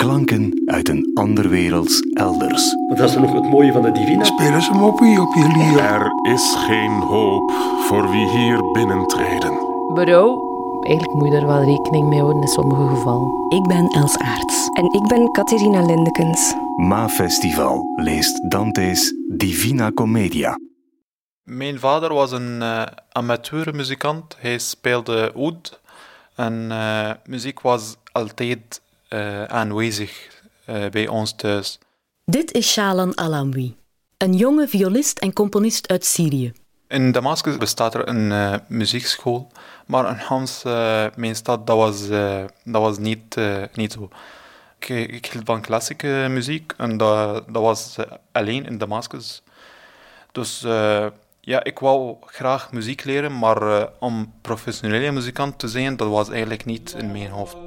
Klanken uit een ander werelds elders. Maar dat is nog het mooie van de Divina. Spelen ze moppie op je lier. Er is geen hoop voor wie hier binnentreden. Bro, eigenlijk moet je daar wel rekening mee houden in sommige gevallen. Ik ben Els Aerts. En ik ben Catharina Lindekens. MAFestival leest Dante's Divina Commedia. Mijn vader was een amateurmuzikant. Hij speelde oud. En muziek was altijd aanwezig bij ons thuis. Dit is Shalan Alaoui, een jonge violist en componist uit Syrië. In Damascus bestaat er een muziekschool, maar in Homs, mijn stad, dat was niet zo. Ik hield van klassieke muziek en dat was alleen in Damascus. Dus ja, ik wou graag muziek leren, maar om professionele muzikant te zijn, dat was eigenlijk niet in mijn hoofd.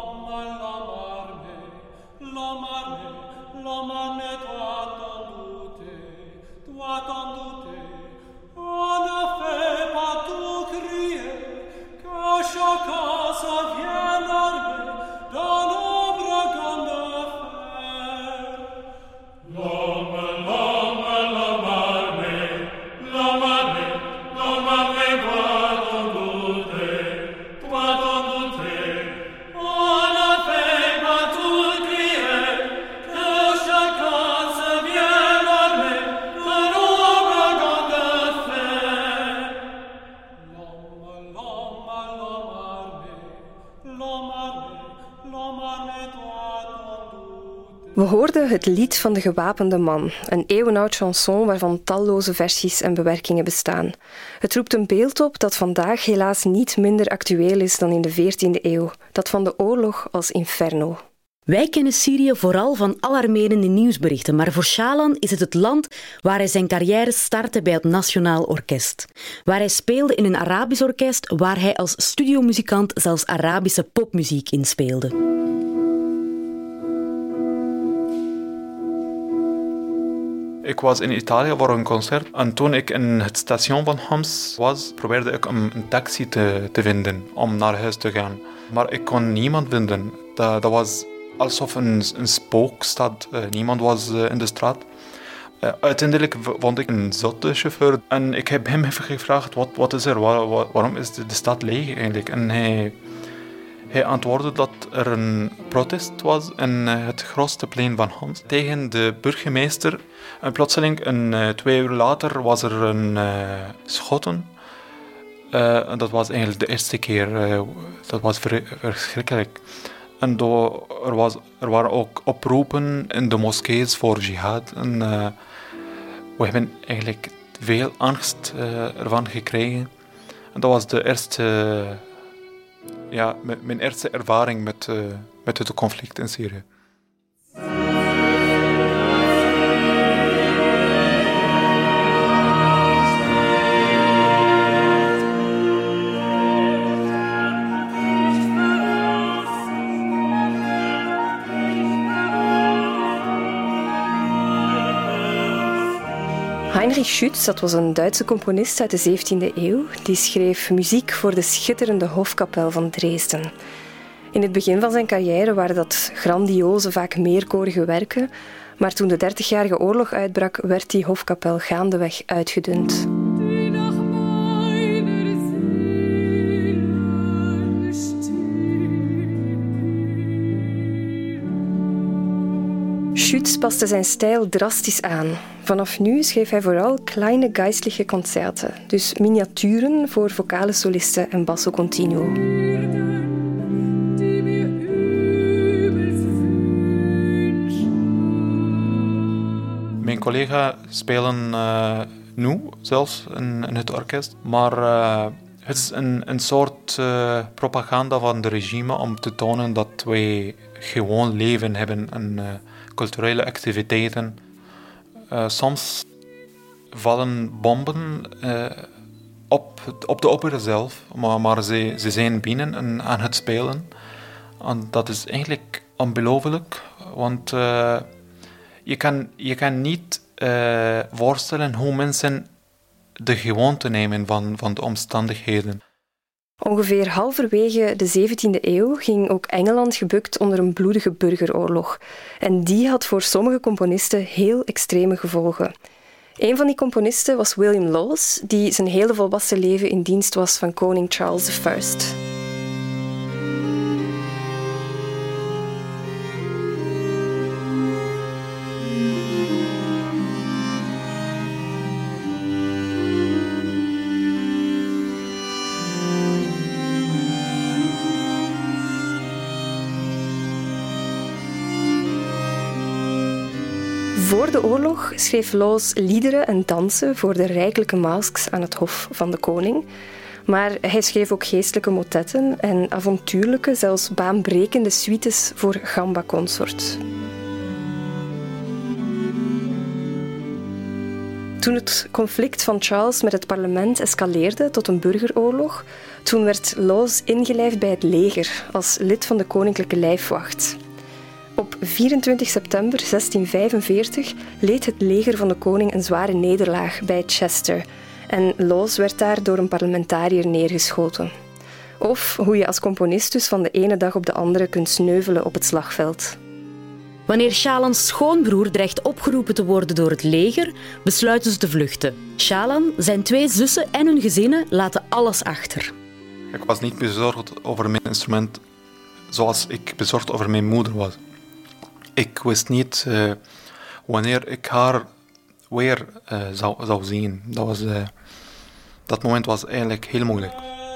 We hoorden het lied van de gewapende man, een eeuwenoud chanson waarvan talloze versies en bewerkingen bestaan. Het roept een beeld op dat vandaag helaas niet minder actueel is dan in de 14e eeuw, dat van de oorlog als inferno. Wij kennen Syrië vooral van alarmerende nieuwsberichten, maar voor Shalan is het land waar hij zijn carrière startte bij het Nationaal Orkest. Waar hij speelde in een Arabisch orkest, waar hij als studiomuzikant zelfs Arabische popmuziek inspeelde. Ik was in Italië voor een concert en toen ik in het station van Homs was, probeerde ik een taxi te vinden om naar huis te gaan. Maar ik kon niemand vinden. Dat was alsof een spookstad. Niemand was in de straat. Uiteindelijk vond ik een zotte chauffeur en ik heb hem even gevraagd, wat is er? Waarom is de stad leeg eigenlijk? En hij antwoordde dat er een protest was in het grootste plein van Homs tegen de burgemeester. En plotseling, 2 uur later, was er een schoten. En dat was eigenlijk de eerste keer. Dat was verschrikkelijk. En er waren ook oproepen in de moskees voor jihad. En we hebben eigenlijk veel angst ervan gekregen. En dat was de eerste... mijn eerste ervaring met het conflict in Syrië. Heinrich Schütz, dat was een Duitse componist uit de 17e eeuw, die schreef muziek voor de schitterende hofkapel van Dresden. In het begin van zijn carrière waren dat grandioze, vaak meerkorige werken, maar toen de 30-jarige oorlog uitbrak, werd die hofkapel gaandeweg uitgedund. Schütz paste zijn stijl drastisch aan. Vanaf nu schreef hij vooral kleine geistliche concerten, dus miniaturen voor vocale solisten en basso continuo. Mijn collega's spelen nu zelfs in het orkest, maar het is een soort propaganda van de regime om te tonen dat wij gewoon leven hebben en culturele activiteiten. Soms vallen bomben op de opera zelf, maar ze zijn binnen en aan het spelen. En dat is eigenlijk ongelooflijk, want je kan niet voorstellen hoe mensen de gewoonte nemen van de omstandigheden. Ongeveer halverwege de 17e eeuw ging ook Engeland gebukt onder een bloedige burgeroorlog. En die had voor sommige componisten heel extreme gevolgen. Een van die componisten was William Lawes, die zijn hele volwassen leven in dienst was van koning Charles I. Voor de oorlog schreef Lawes liederen en dansen voor de rijkelijke masks aan het hof van de koning. Maar hij schreef ook geestelijke motetten en avontuurlijke, zelfs baanbrekende suites voor gamba-consort. Toen het conflict van Charles met het parlement escaleerde tot een burgeroorlog, toen werd Lawes ingelijfd bij het leger als lid van de koninklijke lijfwacht. Op 24 september 1645 leed het leger van de koning een zware nederlaag bij Chester en Lawes werd daar door een parlementariër neergeschoten. Of hoe je als componist dus van de ene dag op de andere kunt sneuvelen op het slagveld. Wanneer Shalans schoonbroer dreigt opgeroepen te worden door het leger, besluiten ze te vluchten. Shalan, zijn 2 zussen en hun gezinnen laten alles achter. Ik was niet bezorgd over mijn instrument zoals ik bezorgd over mijn moeder was. Ik wist niet wanneer ik haar weer zou zien. Dat moment was eigenlijk heel moeilijk.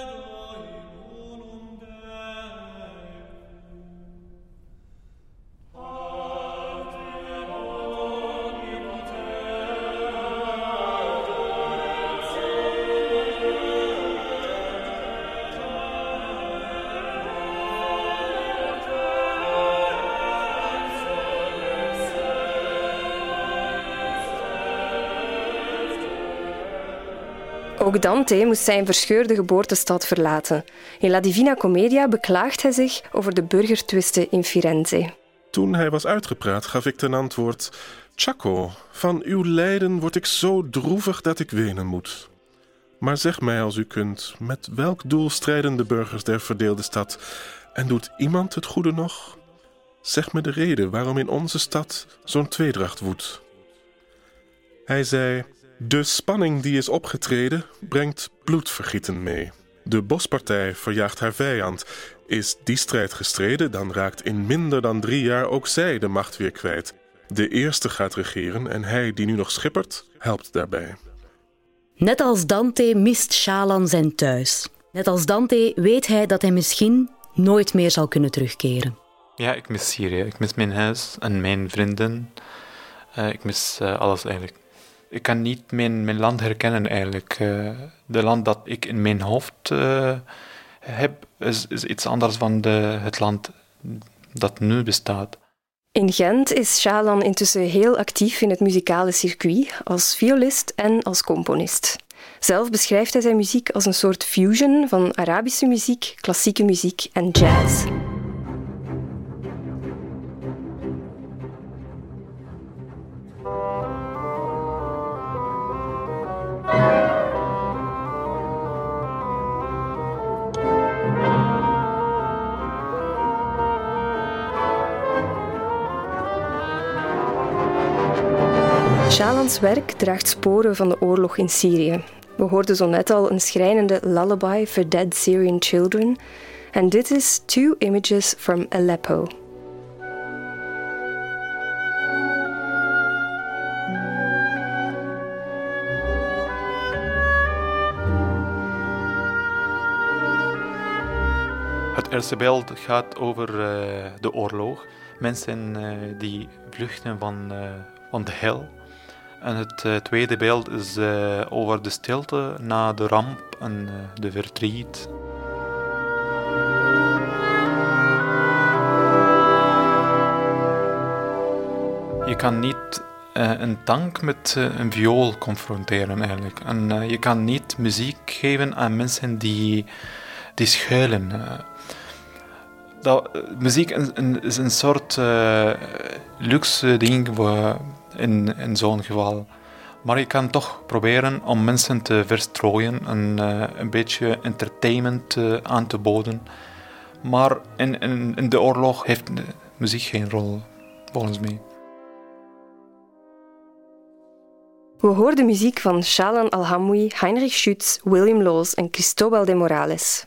Ook Dante moest zijn verscheurde geboortestad verlaten. In La Divina Commedia beklaagt hij zich over de burgertwisten in Firenze. Toen hij was uitgepraat, gaf ik ten antwoord: Ciacco, van uw lijden word ik zo droevig dat ik wenen moet. Maar zeg mij als u kunt, met welk doel strijden de burgers der verdeelde stad? En doet iemand het goede nog? Zeg me de reden waarom in onze stad zo'n tweedracht woedt. Hij zei: de spanning die is opgetreden brengt bloedvergieten mee. De bospartij verjaagt haar vijand. Is die strijd gestreden, dan raakt in minder dan 3 jaar ook zij de macht weer kwijt. De eerste gaat regeren en hij die nu nog schippert, helpt daarbij. Net als Dante mist Shalan zijn thuis. Net als Dante weet hij dat hij misschien nooit meer zal kunnen terugkeren. Ja, ik mis Syrië. Ik mis mijn huis en mijn vrienden. Ik mis alles eigenlijk. Ik kan niet mijn land herkennen eigenlijk. De land dat ik in mijn hoofd heb, is iets anders dan het land dat nu bestaat. In Gent is Shalan intussen heel actief in het muzikale circuit, als violist en als componist. Zelf beschrijft hij zijn muziek als een soort fusion van Arabische muziek, klassieke muziek en jazz. Shalans werk draagt sporen van de oorlog in Syrië. We hoorden zo net al een schrijnende lullaby for dead Syrian children. En dit is 2 Images from Aleppo. Het eerste beeld gaat over de oorlog. Mensen die vluchten van de hel. En het tweede beeld is over de stilte na de ramp en de verdriet. Je kan niet een tank met een viool confronteren eigenlijk. En je kan niet muziek geven aan mensen die schuilen. Muziek is een soort luxe ding in zo'n geval. Maar je kan toch proberen om mensen te verstrooien en een beetje entertainment aan te boden. Maar in de oorlog heeft de muziek geen rol, volgens mij. We hoorden muziek van Shalan Al-Hamwi, Heinrich Schütz, William Loos en Cristóbal de Morales.